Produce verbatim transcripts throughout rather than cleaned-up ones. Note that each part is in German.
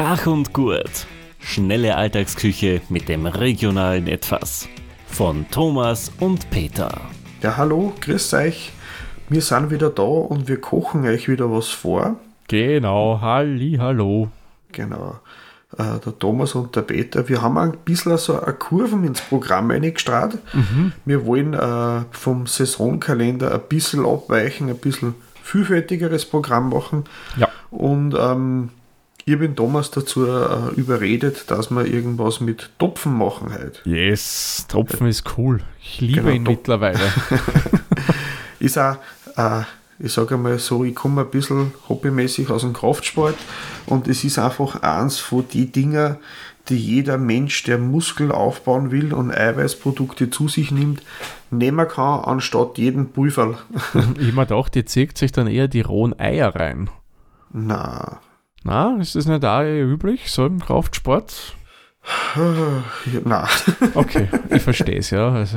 Schach und Gurt. Schnelle Alltagsküche mit dem regionalen Etwas. Von Thomas und Peter. Ja, hallo, grüß euch. Wir sind wieder da und wir kochen euch wieder was vor. Genau, halli, hallo. Genau. Äh, der Thomas und der Peter. Wir haben ein bisschen so eine Kurven ins Programm eingestrahlt. Mhm. Wir wollen äh, vom Saisonkalender ein bisschen abweichen, ein bisschen vielfältigeres Programm machen. Ja. Und ähm, ich bin Thomas dazu äh, überredet, dass wir irgendwas mit Topfen machen heute. Yes, Topfen ist cool. Ich liebe Genau, ihn Top- mittlerweile. Ist auch, äh, ich sage einmal so, ich komme ein bisschen hobbymäßig aus dem Kraftsport und es ist einfach eins von den Dingen, die jeder Mensch, der Muskel aufbauen will und Eiweißprodukte zu sich nimmt, nehmen kann, anstatt jeden Pulverl. Ich mir gedacht, ihr zieht sich dann eher die rohen Eier rein. Na, Na, ist das nicht auch eher üblich, so im Kraftsport? ja, na. Okay, ich verstehe es, ja. Also,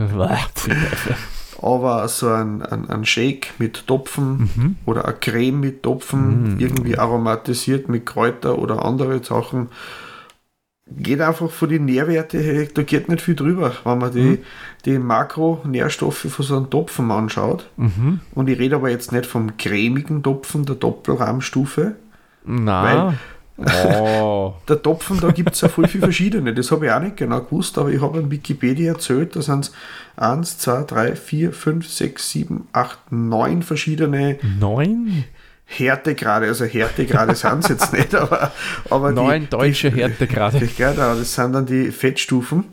Aber so ein, ein, ein Shake mit Topfen Mhm. oder eine Creme mit Topfen, Mhm. irgendwie aromatisiert mit Kräuter oder andere Sachen, geht einfach von den Nährwerten her, da geht nicht viel drüber, wenn man die, Mhm. die Makronährstoffe von so einem Topfen anschaut. Mhm. Und ich rede aber jetzt nicht vom cremigen Topfen der Doppelrahmstufe. Na, oh. Der Topfen, da gibt es ja voll viele verschiedene. Das habe ich auch nicht genau gewusst, aber ich habe in Wikipedia erzählt, da sind es eins, zwei, drei, vier, fünf, sechs, sieben, acht, neun verschiedene Neun? Härtegrade. Also Härtegrade sind es jetzt nicht, aber, aber Neun die, deutsche die, Härtegrade. Genau, das sind dann die Fettstufen,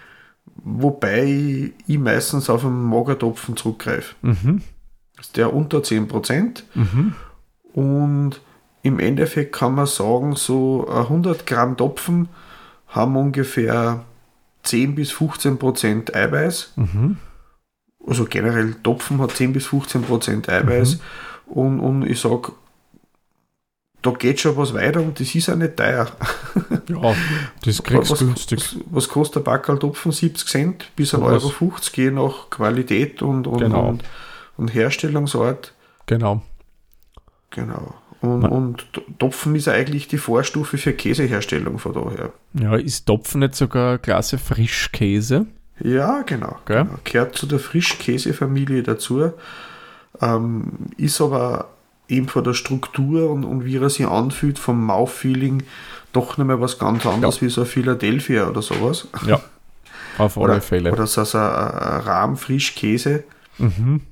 wobei ich meistens auf einen Magertopfen zurückgreife. Mhm. Das ist der unter zehn Prozent. Mhm. Und im Endeffekt kann man sagen, so hundert Gramm Topfen haben ungefähr zehn bis fünfzehn Prozent Eiweiß. Mhm. Also generell Topfen hat zehn bis fünfzehn Prozent Eiweiß. Mhm. Und, und ich sage, da geht schon was weiter und das ist auch nicht teuer. Ja, das kriegst du was, günstig. Was, was kostet ein Backerl Topfen? siebzig Cent bis ein So Euro was. fünfzig, je nach Qualität und, und, Genau. und, und Herstellungsort. Genau. Genau. Und, Na. und Topfen ist eigentlich die Vorstufe für Käseherstellung von daher. Ja, ist Topfen nicht sogar Klasse Frischkäse? Ja, genau. Gell? genau. Gehört zu der Frischkäsefamilie dazu. Ähm, ist aber eben von der Struktur und, und wie er sich anfühlt, vom Mouthfeeling, doch nicht mehr was ganz anderes Ja. wie so ein Philadelphia oder sowas. Ja, auf alle Oder, Fälle. oder so, so ein, ein Rahmfrischkäse. Mhm.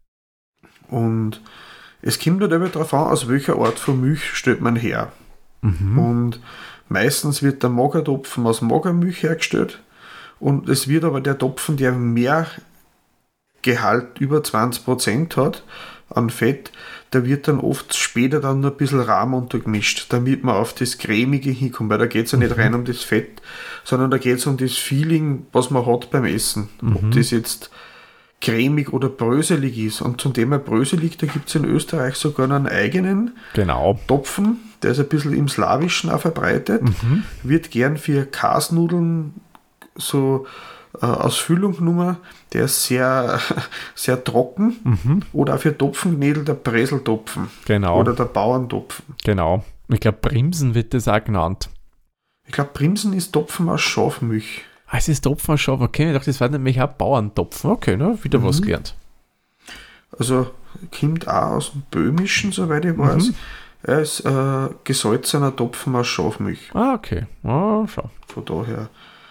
Und es kommt halt eben darauf an, aus welcher Art von Milch stellt man her. Mhm. Und meistens wird der Magertopfen aus Magermilch hergestellt. Und es wird aber der Topfen, der mehr Gehalt über zwanzig Prozent hat an Fett, der wird dann oft später dann noch ein bisschen Rahm untergemischt, damit man auf das Cremige hinkommt, weil da geht es ja nicht rein um das Fett, sondern da geht es um das Feeling, was man hat beim Essen. Mhm. Ob das jetzt cremig oder bröselig ist. Und zum Thema bröselig, da gibt es in Österreich sogar einen eigenen Genau. Topfen, der ist ein bisschen im Slawischen auch verbreitet, Mhm. wird gern für Kasnudeln so äh, als Füllung genommen, der ist sehr, sehr trocken, Mhm. oder auch für Topfenknädel der Breseltopfen Genau. oder der Bauerntopfen. Genau. Ich glaube, Primsen wird das auch genannt. Ich glaube, Primsen ist Topfen aus Schafmilch. Ah, es ist Topfen schon, okay. Ich dachte, das war nämlich auch Bauerntopfen. Okay, ne? Wieder was Mhm. gelernt. Also kommt auch aus dem Böhmischen, soweit ich weiß. Mhm. Er ist äh, gesalzener Topfen aus Schafmilch. Ah, okay. Ah, schau. Von daher.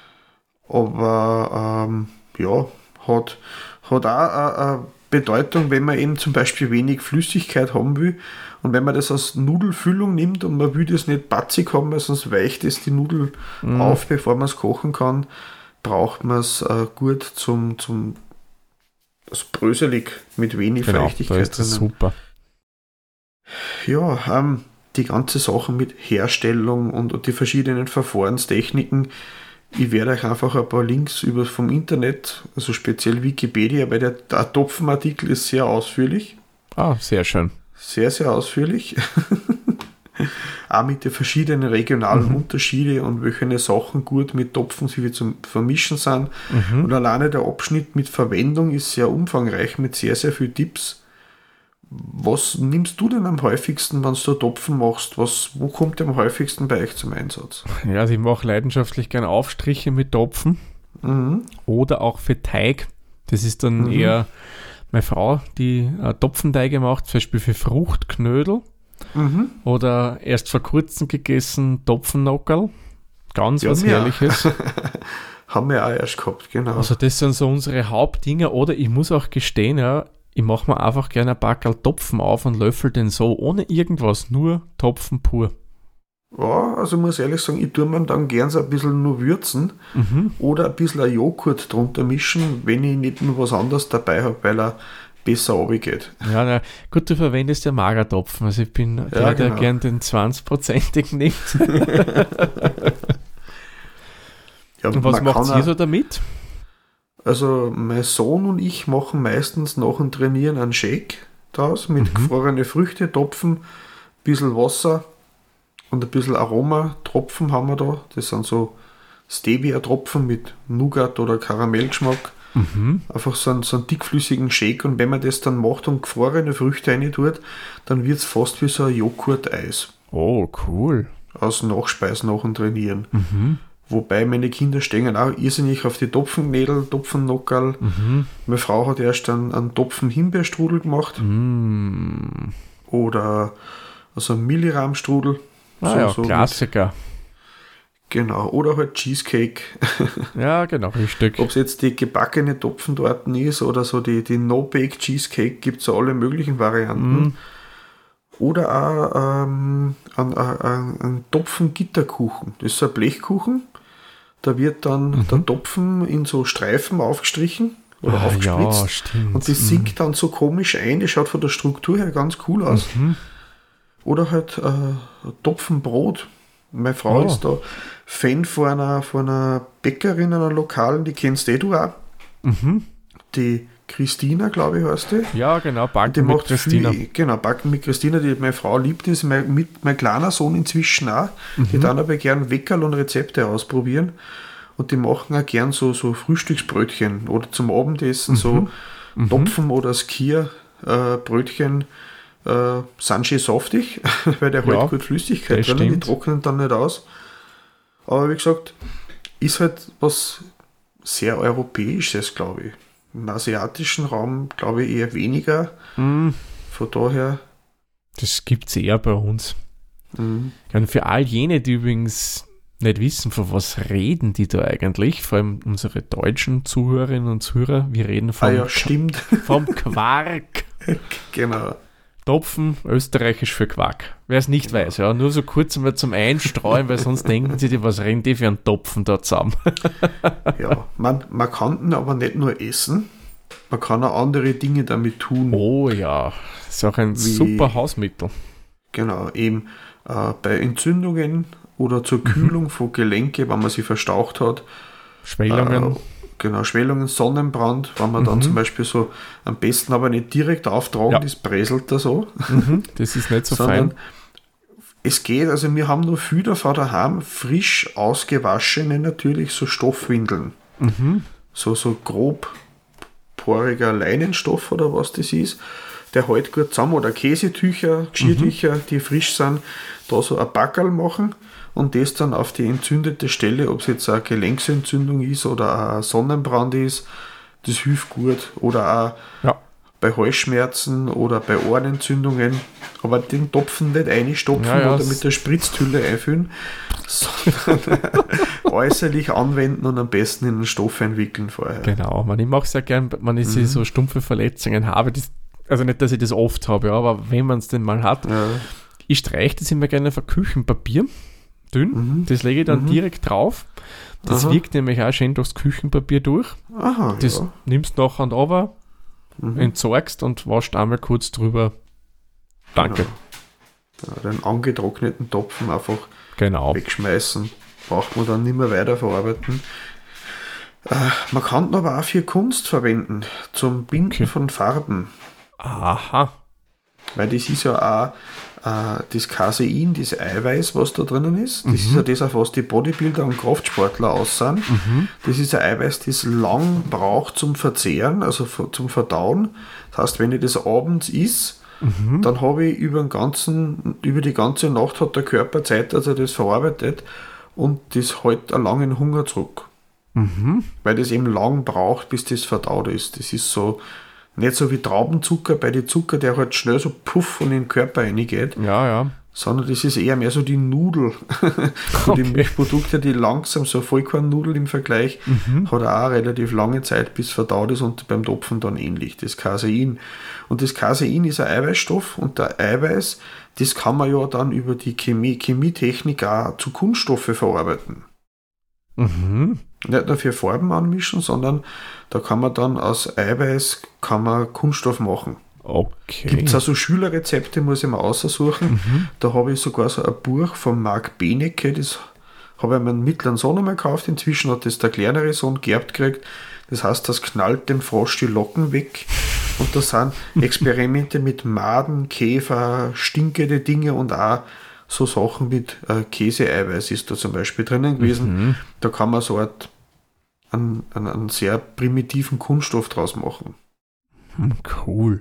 Aber ähm, ja, hat, hat auch eine, eine Bedeutung, wenn man eben zum Beispiel wenig Flüssigkeit haben will. Und wenn man das als Nudelfüllung nimmt und man will das nicht batzig haben, weil sonst weicht es die Nudel Mhm. auf, bevor man es kochen kann, braucht man es äh, gut zum, zum das bröselig mit wenig Genau, da Feuchtigkeit ist das drinnen. super. Ja, ähm, die ganze Sache mit Herstellung und, und die verschiedenen Verfahrenstechniken. Ich werde euch einfach ein paar Links über vom Internet, also speziell Wikipedia, weil der, der Topfenartikel ist sehr ausführlich. Ah, sehr schön. Sehr, sehr ausführlich. Auch mit den verschiedenen regionalen Mhm. Unterschieden und welche Sachen gut mit Topfen sie zum Vermischen sind. Mhm. Und alleine der Abschnitt mit Verwendung ist sehr umfangreich mit sehr, sehr vielen Tipps, was nimmst du denn am häufigsten, wenn du Topfen machst? Was, wo kommt der am häufigsten bei euch zum Einsatz? Ja, also ich mache leidenschaftlich gerne Aufstriche mit Topfen Mhm. oder auch für Teig. Das ist dann Mhm. eher meine Frau, die äh, Topfenteige macht, zum Beispiel für Fruchtknödel Mhm. oder erst vor kurzem gegessen Topfennockerl. Ganz Ja, was wir auch. Herrliches. Haben wir auch erst gehabt, genau. Also das sind so unsere Hauptdinger. Oder ich muss auch gestehen, ja, ich mache mir einfach gerne ein Packerl Topfen auf und löffel den so, ohne irgendwas, nur Topfen pur. Ja, also ich muss ehrlich sagen, ich tue mir dann gern so ein bisschen nur würzen Mhm. oder ein bisschen ein Joghurt drunter mischen, wenn ich nicht nur was anderes dabei habe, weil er besser runtergeht. Ja, na, gut, du verwendest ja Magertopfen. Also ich bin der, der genau. gern den zwanzig-prozentigen nimmt. Ja, Und was man macht kann ihr auch- so damit? Also mein Sohn und ich machen meistens nach dem Trainieren einen Shake draus mit Mhm. gefrorene Früchte, Topfen, ein bisschen Wasser und ein bisschen Aromatropfen haben wir da. Das sind so Stevia-Tropfen mit Nougat oder Karamellgeschmack. Mhm. Einfach so einen, so einen dickflüssigen Shake, und wenn man das dann macht und gefrorene Früchte rein tut, dann wird es fast wie so ein Joghurt-Eis Oh, cool. aus Nachspeisen nach dem Trainieren. Mhm. Wobei meine Kinder stehen auch irrsinnig auf die Topfennädel, Topfennockerl. Mhm. Meine Frau hat erst einen, einen Topfen-Himbeerstrudel gemacht Mm. oder also einen Millirahmstrudel. Ah ja, Klassiker. Genau, oder halt Cheesecake. Ja, genau, richtig. Ob es jetzt die gebackene Topfentorten ist oder so die, die No-Bake Cheesecake, gibt es so alle möglichen Varianten. Mhm. Oder auch ähm, ein, ein, ein, ein Topfengitterkuchen. Das ist so ein Blechkuchen. Da wird dann Mhm. der Topfen in so Streifen aufgestrichen oder Ah, ja, aufgespritzt. stimmt. Und das Mhm. sinkt dann so komisch ein. Das schaut von der Struktur her ganz cool aus. Mhm. Oder halt äh, Topfenbrot. Meine Frau Oh. ist da Fan von einer, von einer Bäckerin, einer Lokalen, die kennst eh du auch. Mhm. Die Christina, glaube ich, heißt die. Ja, genau, Die Backen mit macht Christina. viel, genau, Backen mit Christina, die meine Frau liebt, ist mein, mit, mein kleiner Sohn inzwischen auch. Die dann aber gern Weckerl und Rezepte ausprobieren. Und die machen auch gern so, so Frühstücksbrötchen oder zum Abendessen so Topfen- oder Skier-Brötchen. Äh, sind schön saftig, weil der Ja, halt gut Flüssigkeit das drin, die stimmt. trocknen dann nicht aus. Aber wie gesagt, ist halt was sehr Europäisches, glaube ich. Im asiatischen Raum, glaube ich, eher weniger. Mhm. Von daher, Das gibt es eher bei uns. mh, Und für all jene, die übrigens nicht wissen, von was reden die da eigentlich, vor allem unsere deutschen Zuhörerinnen und Zuhörer, wir reden vom, ah ja, stimmt, vom Quark. genau. Topfen, österreichisch für Quark. Wer es nicht weiß, ja, nur so kurz einmal zum Einstreuen, weil sonst denken sie, die, was reden die für einen Topfen da zusammen. Ja, man, man kann ihn aber nicht nur essen, man kann auch andere Dinge damit tun. Oh ja, ist auch ein Wie- super Hausmittel. Genau, eben äh, bei Entzündungen oder zur Kühlung von Gelenke, wenn man sie verstaucht hat. Schwellungen. Äh, genau, Schwellungen, Sonnenbrand, wenn man dann zum Beispiel so, am besten aber nicht direkt auftragen, Ja. das präselt da so. Mhm, das ist nicht so sondern fein. es geht, also wir haben nur viel davon daheim, frisch ausgewaschene natürlich so Stoffwindeln. Mhm. So, so grob poriger Leinenstoff oder was das ist, der hält gut zusammen, oder Käsetücher, Geschirrtücher, die frisch sind, da so ein Backerl machen und das dann auf die entzündete Stelle, ob es jetzt eine Gelenksentzündung ist oder ein Sonnenbrand ist, das hilft gut. Oder auch Ja. bei Halsschmerzen oder bei Ohrenentzündungen, aber den Topfen nicht einstopfen Ja, ja, oder s- mit der Spritztülle einfüllen, sondern äußerlich anwenden und am besten in den Stoff einwickeln vorher. Genau, man, ich mache es ja gern, wenn ich Mhm. so stumpfe Verletzungen habe. Das, also nicht, dass ich das oft habe, ja, aber wenn man es denn mal hat, Ja. ich streiche das immer gerne auf Küchenpapier, dünn, Mhm. das lege ich dann Mhm. direkt drauf. Das Aha. wirkt nämlich auch schön durchs Küchenpapier durch. Aha, Das ja. nimmst nachher und runter, Mhm. entsorgst und waschst einmal kurz drüber. Danke. Genau. Ja, den angetrockneten Topfen einfach Genau. wegschmeißen. Braucht man dann nicht mehr weiterverarbeiten. Äh, man kann ihn aber auch für Kunst verwenden, zum Binden Okay. von Farben. Aha. Weil das ist ja auch äh, das Casein, das Eiweiß, was da drinnen ist. Das ist ja das, auf was die Bodybuilder und Kraftsportler aussehen. Das ist ein Eiweiß, das lang braucht zum Verzehren, also f- zum Verdauen. Das heißt, wenn ich das abends isst, Mhm. Dann habe ich über, den ganzen, über die ganze Nacht hat der Körper Zeit, dass er das verarbeitet und das hält einen langen Hunger zurück. Mhm. Weil das eben lang braucht, bis das verdaut ist. Das ist so nicht so wie Traubenzucker bei den Zucker, der halt schnell so puff und in den Körper reingeht. Ja, ja. Sondern das ist eher mehr so die Nudel. So okay. Die Milchprodukte, die langsam, so Vollkornnudel im Vergleich, mhm. hat auch relativ lange Zeit, bis verdaut ist und beim Topfen dann ähnlich, das Casein. Und das Casein ist ein Eiweißstoff und der Eiweiß, das kann man ja dann über die Chemie, Chemietechnik auch zu Kunststoffe verarbeiten. Mhm. Nicht nur für Farben anmischen, sondern da kann man dann aus Eiweiß kann man Kunststoff machen. Okay. Gibt es also Schülerrezepte, muss ich mal aussuchen. Mhm. Da habe ich sogar so ein Buch von Marc Benecke, das habe ich meinen mittleren Sohn einmal gekauft. Inzwischen hat das der kleinere Sohn geerbt gekriegt. Das heißt, das knallt dem Frosch die Locken weg. Und da sind Experimente mit Maden, Käfer, stinkende Dinge und auch so Sachen mit äh, Käseeiweiß ist da zum Beispiel drinnen gewesen. Mhm. Da kann man so Art einen, einen, einen sehr primitiven Kunststoff draus machen. Cool.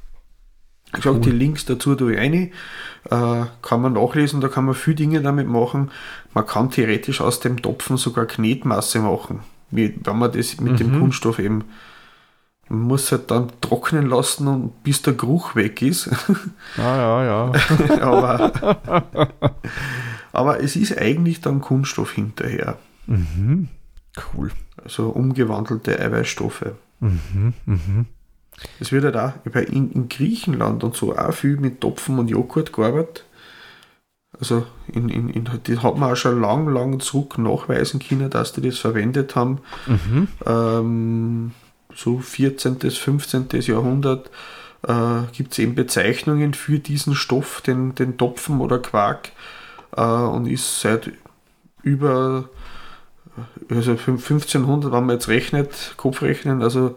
Ich sage, cool. Die Links dazu tue ich rein, äh, kann man nachlesen, da kann man viele Dinge damit machen. Man kann theoretisch aus dem Topfen sogar Knetmasse machen, wenn man das mit mhm. dem Kunststoff eben, man muss halt dann trocknen lassen, und bis der Geruch weg ist. Ja, ja, ja. aber, aber es ist eigentlich dann Kunststoff hinterher. Mhm. Cool. Also umgewandelte Eiweißstoffe. Mhm, mhm. Es wird halt auch in, in Griechenland und so auch viel mit Topfen und Joghurt gearbeitet. Also in, in, in, die hat man auch schon lang, lang zurück nachweisen können, dass die das verwendet haben. Mhm. Ähm, so vierzehnten., fünfzehnten. Jahrhundert äh, gibt es eben Bezeichnungen für diesen Stoff, den, den Topfen oder Quark, äh, und ist seit über also fünfzehnhundert, wenn man jetzt rechnet, Kopfrechnen, also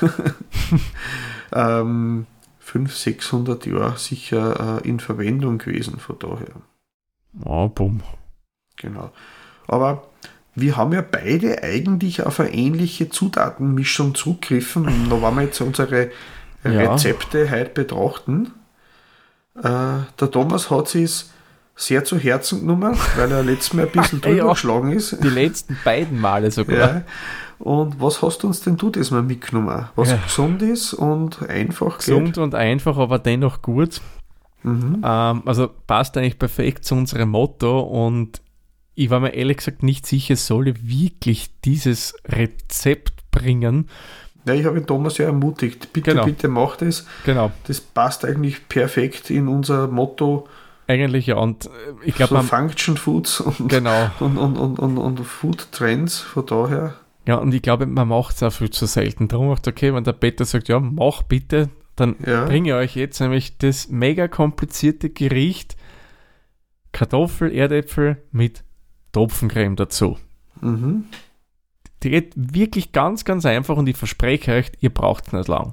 ähm, fünfhundert, sechshundert Jahre sicher äh, in Verwendung gewesen, von daher. Oh, bumm. Genau. Aber wir haben ja beide eigentlich auf eine ähnliche Zutatenmischung zurückgegriffen. Und da wollen wir jetzt unsere Rezepte ja. heute betrachten. Äh, der Thomas hat sich sehr zu Herzen genommen, weil er letztes Mal ein bisschen drüber ja, geschlagen ist. Die letzten beiden Male sogar. Ja. Und was hast du uns denn du das mal mitgenommen? Was ja. gesund ist und einfach Gesund geht? und einfach, aber dennoch gut. Mhm. Ähm, also passt eigentlich perfekt zu unserem Motto, und ich war mir ehrlich gesagt nicht sicher, soll ich wirklich dieses Rezept bringen. Ja, ich habe den Thomas ja ermutigt. Bitte, genau. bitte mach das. Genau. Das passt eigentlich perfekt in unser Motto. Eigentlich ja, und ich glaube, so Function Foods und, genau. und, und, und, und, und Food Trends, von daher. Ja, und ich glaube, man macht es auch viel zu selten. Darum macht okay, wenn der Peter sagt, ja, mach bitte, dann ja. bringe ich euch jetzt nämlich das mega komplizierte Gericht Kartoffel, Erdäpfel mit Topfencreme dazu. Mhm. Die geht wirklich ganz, ganz einfach, und ich verspreche euch, ihr braucht es nicht lang.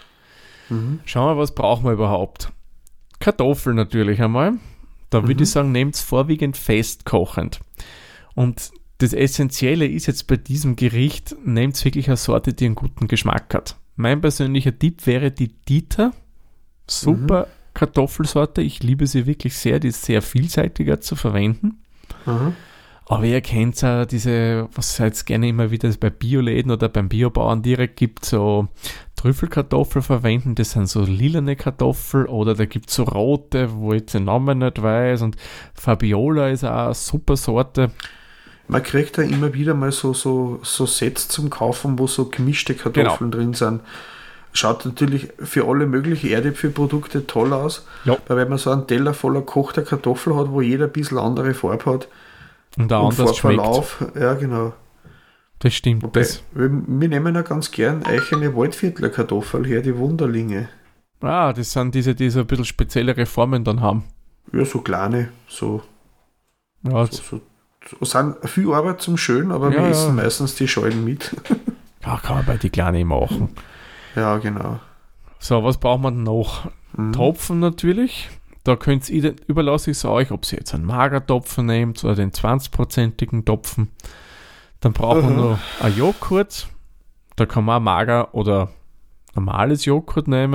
Mhm. Schauen wir, was brauchen wir überhaupt? Kartoffeln natürlich einmal. Da würde mhm. ich sagen, nehmt es vorwiegend festkochend. Und das Essentielle ist jetzt bei diesem Gericht, nehmt wirklich eine Sorte, die einen guten Geschmack hat. Mein persönlicher Tipp wäre die Dieter. Super mhm. Kartoffelsorte. Ich liebe sie wirklich sehr. Die ist sehr vielseitiger zu verwenden. Mhm. Aber ihr kennt ja diese, was es jetzt gerne immer wieder bei Bioläden oder beim Biobauern direkt gibt, so Trüffelkartoffeln verwenden. Das sind so lilane Kartoffeln, oder da gibt es so rote, wo ich den Namen nicht weiß. Und Fabiola ist auch eine super Sorte. Man kriegt da immer wieder mal so, so, so Sets zum Kaufen, wo so gemischte Kartoffeln genau. drin sind. Schaut natürlich für alle möglichen Erdäpfelprodukte toll aus. Ja. Weil wenn man so einen Teller voller kochter Kartoffel hat, wo jeder ein bisschen andere Farbe hat, und da anders Farbverlauf, schmeckt. Ja, genau. Das stimmt. Wobei, das. Wir, wir nehmen ja ganz gern eigene Waldviertler Kartoffel her, die Wunderlinge. Ah, das sind diese, die so ein bisschen speziellere Formen dann haben. Ja, so kleine, so. Ja, so, so, so sind viel Arbeit zum Schön, aber ja, wir ja. essen meistens die Schalen mit. Ja, kann man bei die Kleinen machen. Ja, genau. So, was braucht man noch? Mhm. Topfen natürlich. Da könnt ihr, überlasse ich es euch, ob ihr jetzt einen Magertopfen nehmt oder den zwanzig-prozentigen Topfen. Dann braucht man mhm. noch ein Joghurt. Da kann man auch Mager oder normales Joghurt nehmen.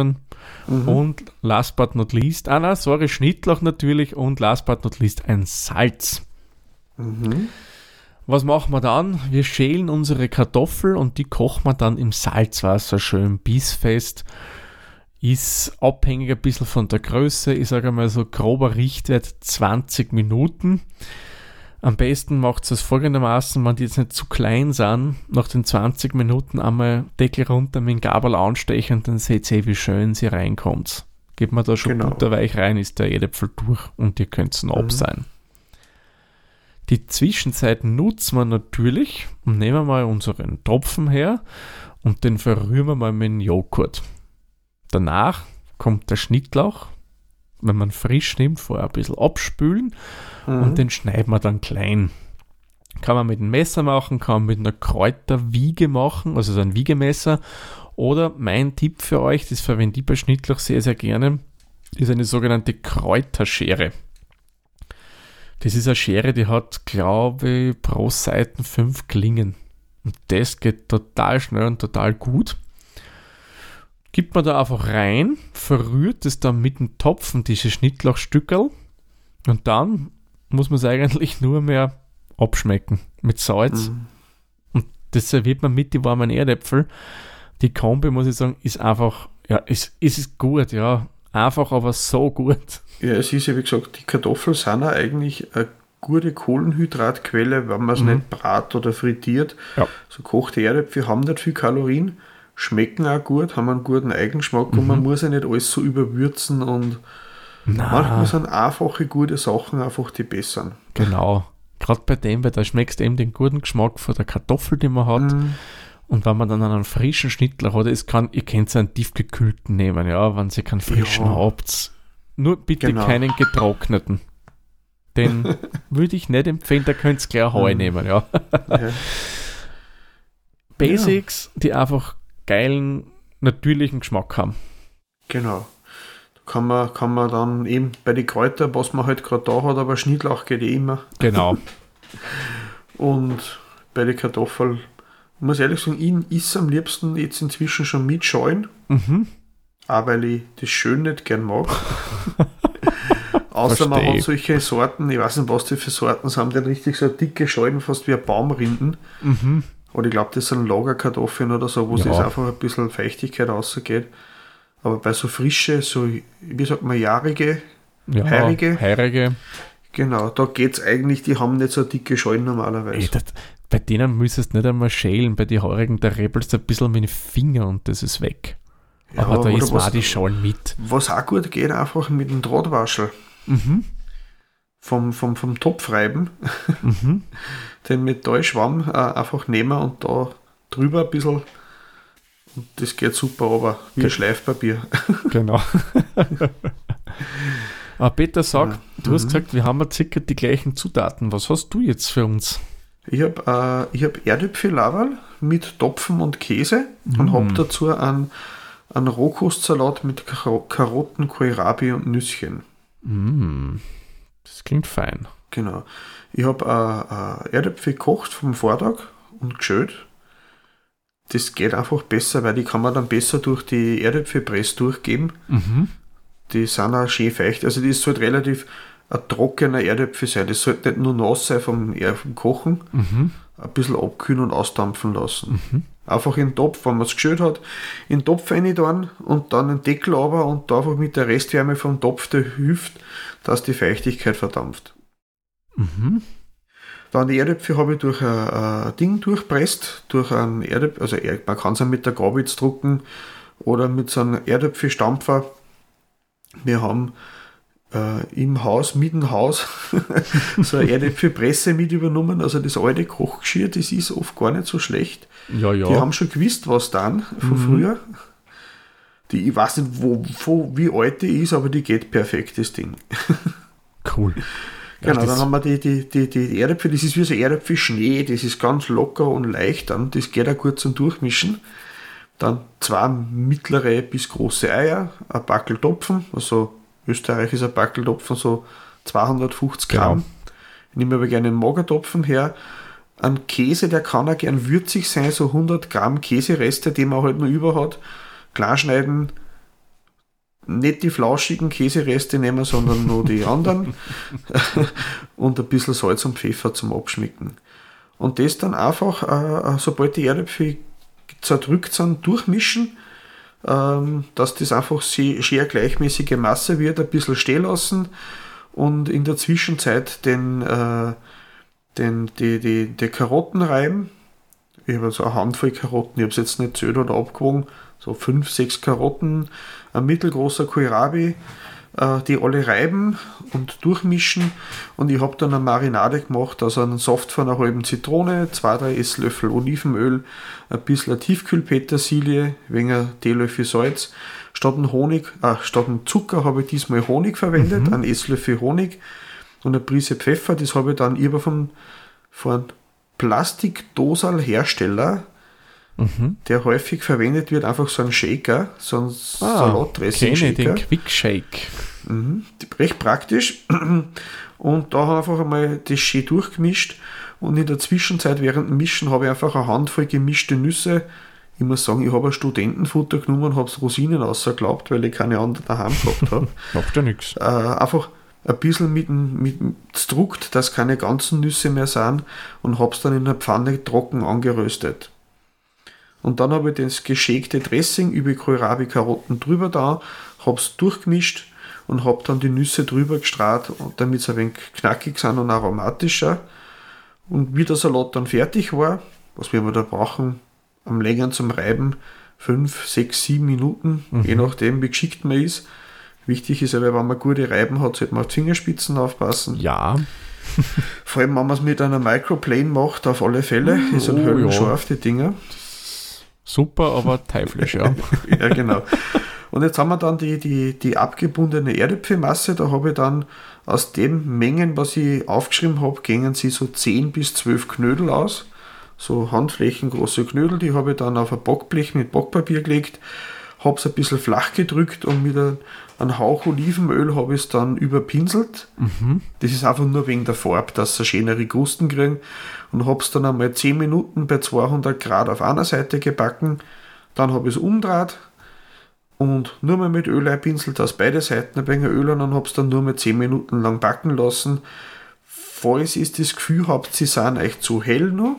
Mhm. Und last but not least, ah nein, sorry, Schnittlauch natürlich und last but not least ein Salz. Mhm. Was machen wir dann? Wir schälen unsere Kartoffel und die kochen wir dann im Salzwasser schön bissfest. Ist abhängig ein bisschen von der Größe. Ich sage mal so grober Richtwert zwanzig Minuten. Am besten macht es folgendermaßen, wenn die jetzt nicht zu klein sind, nach den zwanzig Minuten einmal Deckel runter mit dem Gabel anstechen, dann seht ihr, wie schön sie reinkommt. Gebt man da schon Genau. butterweich rein, ist der Erdäpfel durch und ihr könnt es ab Mhm. sein. Die Zwischenzeit nutzen wir natürlich und nehmen wir mal unseren Tropfen her und den verrühren wir mal mit dem Joghurt. Danach kommt der Schnittlauch, wenn man frisch nimmt, vorher ein bisschen abspülen Mhm. und den schneiden wir dann klein. Kann man mit einem Messer machen, kann man mit einer Kräuterwiege machen, also so ein Wiegemesser. Oder mein Tipp für euch, das verwende ich bei Schnittlauch sehr, sehr gerne, ist eine sogenannte Kräuterschere. Das ist eine Schere, die hat, glaube ich, pro Seite fünf Klingen. Und das geht total schnell und total gut. Gibt man da einfach rein, verrührt es dann mit dem Topfen, diese Schnittlauchstückerl. Und dann muss man es eigentlich nur mehr abschmecken mit Salz. Mhm. Und das serviert man mit die warmen Erdäpfel. Die Kombi, muss ich sagen, ist einfach, ja, es, es ist gut, ja. Einfach, aber so gut. Ja, es ist ja wie gesagt, die Kartoffeln sind ja eigentlich eine gute Kohlenhydratquelle, wenn man es Mhm. nicht brat oder frittiert. Ja. So kochte Erdäpfel haben nicht viel Kalorien, schmecken auch gut, haben einen guten Eigengeschmack und Mhm. man muss ja nicht alles so überwürzen und manchmal Na, sind einfache, gute Sachen einfach die besseren. genau. Gerade bei dem, weil da schmeckst du eben den guten Geschmack von der Kartoffel, die man hat. Mhm. Und wenn man dann einen frischen Schnittlauch hat, es kann, ihr könnt einen tiefgekühlten nehmen, ja, wenn ihr keinen frischen Ja. habt. Nur bitte Genau. keinen getrockneten. Den würde ich nicht empfehlen, da könnt ihr gleich Heu Mhm. nehmen, ja. Ja. Basics, die einfach geilen, natürlichen Geschmack haben. Genau. Da kann man, kann man dann eben bei den Kräutern, was man halt gerade da hat, aber Schnittlauch geht eh immer. Genau. Und bei den Kartoffeln, ich muss ehrlich sagen, ich esse am liebsten jetzt inzwischen schon mit Scheuen, Mhm. auch weil ich das schön nicht gern mag. Außer man Versteh. hat solche Sorten, ich weiß nicht, was die für Sorten sind, die haben richtig so dicke Scheuen, fast wie ein Baumrinden. Mhm. Oder ich glaube, das sind Lagerkartoffeln oder so, wo es Ja. jetzt einfach ein bisschen Feuchtigkeit rausgeht. Aber bei so frische, so, wie sagt man, jahrige, Ja, Heirige. Heirige. genau, da geht es eigentlich, die haben nicht so dicke Scheuen normalerweise. Ey, das, bei denen müsstest du nicht einmal schälen, bei den Heurigen, da rebelst du ein bisschen mit den Fingern und das ist weg. Ja, Aber da oder ist was- mal die Schalen mit. Was auch gut geht, einfach mit dem Drahtwaschel Mhm. vom, vom, vom Topf reiben, Mhm. den Metallschwamm äh, einfach nehmen und da drüber ein bisschen. Und das geht super, aber wie Ge- ein Schleifpapier. Genau. Aber Peter, sag, Ja. du hast Mhm. gesagt, wir haben ja circa die gleichen Zutaten. Was hast du jetzt für uns? Ich habe äh, ich hab Erdäpfel-Laberl mit Topfen und Käse und Mm. habe dazu einen, einen Rohkostsalat mit Karo- Karotten, Kohlrabi und Nüsschen. Mm, das klingt fein. Genau. Ich habe äh, äh, Erdäpfel gekocht vom Vortag und geschält. Das geht einfach besser, weil die kann man dann besser durch die Erdäpfelpresse durchgeben. Mhm. Die sind auch schön feucht. Also das sollte relativ ein trockener Erdäpfel sein. Das sollte nicht nur nass sein vom, Er- vom Kochen. Mhm. Ein bisschen abkühlen und ausdampfen lassen. Mhm. Einfach in den Topf, wenn man es geschält hat, in den Topf rein tun und dann den Deckel runter und da einfach mit der Restwärme vom Topf, der hilft, dass die Feuchtigkeit verdampft. Mhm. Dann die Erdäpfel habe ich durch ein, ein Ding durchpresst, durch einen Erdäpfel, also er- man kann es auch mit der Gabel drucken oder mit so einem Erdäpfelstampfer. Wir haben äh, im Haus, mit dem Haus, so eine Erdäpfelpresse mit übernommen, also das alte Kochgeschirr, das ist oft gar nicht so schlecht. Ja, ja. Die haben schon gewusst, was dann von Mhm. früher. Die, ich weiß nicht, wo, wo, wie alt die ist, aber die geht perfekt, das Ding. Cool. Ja, Genau, das- dann haben wir die, die, die, die Erdäpfel, das ist wie so Erdäpfelschnee, das ist ganz locker und leicht, dann, das geht auch gut zum Durchmischen. Dann zwei mittlere bis große Eier, ein Backel Topfen, also Österreich ist ein Backel Topfen so zweihundertfünfzig Gramm. Genau. Ich nehme aber gerne einen Magertopfen her. Ein Käse, der kann auch gern würzig sein, so hundert Gramm Käsereste, die man halt noch über hat. Klar schneiden, nicht die flauschigen Käsereste nehmen, sondern nur die anderen und ein bisschen Salz und Pfeffer zum Abschmecken. Und das dann einfach, äh, sobald die Erdäpfel zerdrückt sind, durchmischen, ähm, dass das einfach sehr, sehr gleichmäßige Masse wird, ein bisschen stehen lassen und in der Zwischenzeit den, äh, den, die, die, die Karotten reiben. Ich habe so eine Handvoll Karotten, ich habe es jetzt nicht zählt oder abgewogen, so fünf, sechs Karotten, ein mittelgroßer Kohlrabi, äh, die alle reiben und durchmischen. Und ich habe dann eine Marinade gemacht, also einen Saft von einer halben Zitrone, zwei, drei Esslöffel Olivenöl, ein bisschen Tiefkühlpetersilie, wenig Teelöffel Salz. Statt ein Honig, äh, statt ein Zucker habe ich diesmal Honig verwendet, mhm. einen Esslöffel Honig und eine Prise Pfeffer. Das habe ich dann über von, von Plastikdoserl-Hersteller, mhm. der häufig verwendet wird, einfach so ein Shaker, so ein ah, Salatdressing-Shaker. Kenne den Quick Shake. Mhm, recht praktisch. Und da habe ich einfach einmal das schön durchgemischt und in der Zwischenzeit während dem Mischen habe ich einfach eine Handvoll gemischte Nüsse. Ich muss sagen, ich habe ein Studentenfutter genommen und habe es Rosinen rausgeglaubt, weil ich keine anderen daheim gehabt habe. Macht ja nichts. Äh, einfach ein bisschen mit dem mit Druckt, dass keine ganzen Nüsse mehr sind und habe es dann in der Pfanne trocken angeröstet. Und dann habe ich das geschäkte Dressing über Kohlrabi-Karotten drüber da, habe es durchgemischt und habe dann die Nüsse drüber gestrahlt, damit sie ein wenig knackig sind und aromatischer. Und wie der Salat dann fertig war, was wir da brauchen, am Längern zum Reiben, fünf, sechs, sieben Minuten, mhm. je nachdem wie geschickt man ist. Wichtig ist aber, wenn man gute Reiben hat, sollte man auf die Fingerspitzen aufpassen. Ja. Vor allem, wenn man es mit einer Microplane macht, auf alle Fälle. Die sind oh, höllenscharf, ja. die Dinger. Super, aber teuflisch, ja. Ja, genau. Und jetzt haben wir dann die, die, die abgebundene Erdäpfelmasse. Da habe ich dann aus den Mengen, was ich aufgeschrieben habe, gingen sie so zehn bis zwölf Knödel aus. So handflächengroße Knödel, die habe ich dann auf ein Backblech mit Backpapier gelegt, habe es ein bisschen flach gedrückt und mit einem Hauch Olivenöl habe ich es dann überpinselt. Mhm. Das ist einfach nur wegen der Farbe, dass sie schönere Krusten kriegen. Und habe es dann einmal zehn Minuten bei zweihundert Grad auf einer Seite gebacken. Dann habe ich es umgedreht und nur mal mit Öl einpinselt, aus beide Seiten ein wenig Öl und dann habe ich es dann nur mal zehn Minuten lang backen lassen. Falls ihr das Gefühl habt, sie sind echt zu hell noch,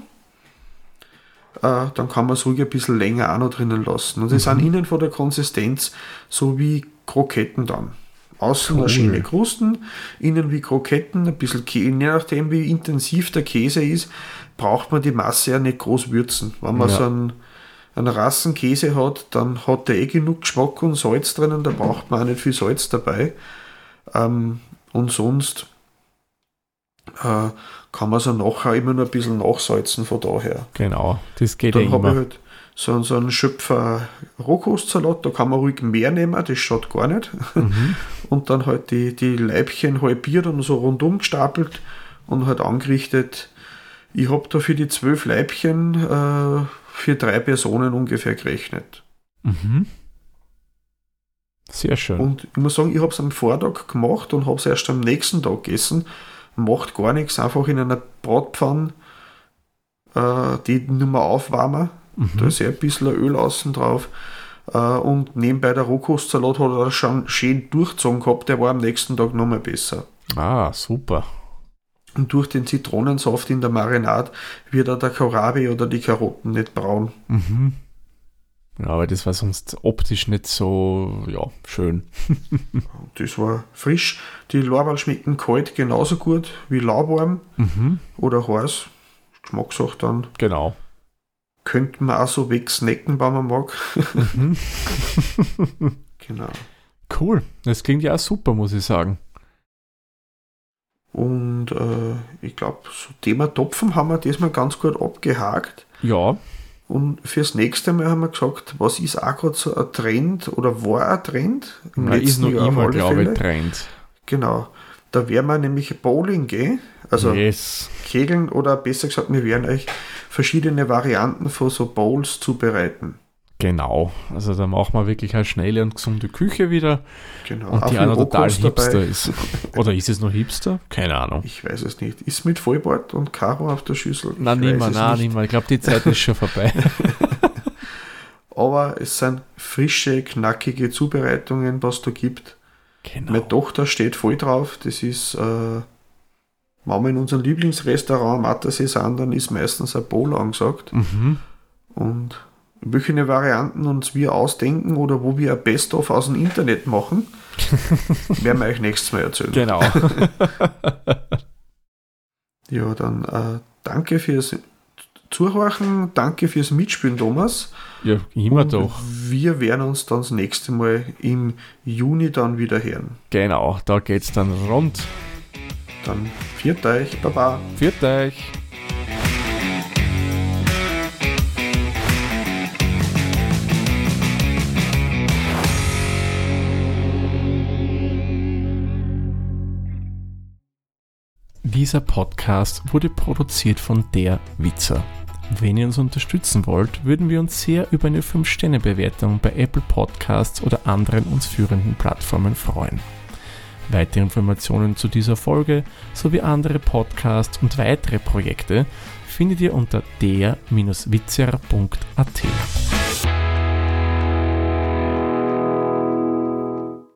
Uh, dann kann man es ruhig ein bisschen länger auch noch drinnen lassen. Und sie mhm. sind innen von der Konsistenz so wie Kroketten dann. Außen cool. eine schöne Krusten, innen wie Kroketten, ein bisschen Käse. Je nachdem, wie intensiv der Käse ist, braucht man die Masse ja nicht groß würzen. Wenn man ja. so einen, einen rassen Käse hat, dann hat der eh genug Geschmack und Salz drinnen, da braucht man auch nicht viel Salz dabei. Um, und sonst uh, kann man so nachher immer noch ein bisschen nachsalzen von daher. Genau, das geht dann ja habe immer. Ich halt so, so einen Schöpfer Rohkostsalat, da kann man ruhig mehr nehmen, das schaut gar nicht. Mhm. Und dann halt die, die Leibchen halbiert und so rundum gestapelt und halt angerichtet. Ich habe da für die zwölf Leibchen äh, für drei Personen ungefähr gerechnet. Mhm. Sehr schön. Und ich muss sagen, ich habe es am Vortag gemacht und habe es erst am nächsten Tag gegessen. Macht gar nichts, einfach in einer Bratpfanne äh, die Nummer aufwärmen. Mhm. Da ist ja ein bisschen Öl außen drauf. Äh, und nebenbei der Rohkostsalat hat er schon schön durchgezogen gehabt, der war am nächsten Tag noch mal besser. Ah, super. Und durch den Zitronensaft in der Marinade wird auch der Kohlrabi oder die Karotten nicht braun. Mhm. Ja, aber das war sonst optisch nicht so, ja, schön. Das war frisch. Die Lorbeeren schmecken kalt genauso gut wie lauwarm mhm. oder heiß. Geschmackssache dann. Genau. Könnte man auch so wegsnacken, wenn man mag. Mhm. Genau. Cool. Das klingt ja auch super, muss ich sagen. Und äh, ich glaube, so Thema Topfen haben wir diesmal ganz gut abgehakt. Ja. Und fürs nächste Mal haben wir gesagt, was ist auch gerade so ein Trend oder war ein Trend? Im ja, letzten ist noch Jahr immer, glaube ich, Trend. Genau. Da werden wir nämlich Bowling gehen. Also yes. Kegeln oder besser gesagt, wir werden euch verschiedene Varianten von so Bowls zubereiten. Genau. Also da machen wir wirklich eine schnelle und gesunde Küche wieder. Genau. Und die auch noch total hipster dabei. Ist. Oder ist es noch hipster? Keine Ahnung. Ich weiß es nicht. Ist mit Vollbart und Karo auf der Schüssel? Nein, nicht mehr, nein, nicht mehr. Ich glaube, die Zeit ist schon vorbei. aber es sind frische, knackige Zubereitungen, was da gibt. Genau. Meine Tochter steht voll drauf. Das ist, äh, wenn wir in unserem Lieblingsrestaurant am Attersee sind, dann ist meistens ein Bowl angesagt. Mhm. Und welche Varianten uns wir ausdenken oder wo wir ein Best-of aus dem Internet machen, werden wir euch nächstes Mal erzählen. Genau. Ja, dann äh, danke fürs Zuhören, danke fürs Mitspielen, Thomas. Ja, immer Und doch. Wir werden uns dann das nächste Mal im Juni dann wieder hören. Genau, da geht's dann rund. Dann viert euch, Baba. Viert euch. Dieser Podcast wurde produziert von Der Witzer. Wenn ihr uns unterstützen wollt, würden wir uns sehr über eine fünf Sterne Bewertung bei Apple Podcasts oder anderen uns führenden Plattformen freuen. Weitere Informationen zu dieser Folge sowie andere Podcasts und weitere Projekte findet ihr unter der Bindestrich witzer punkt at.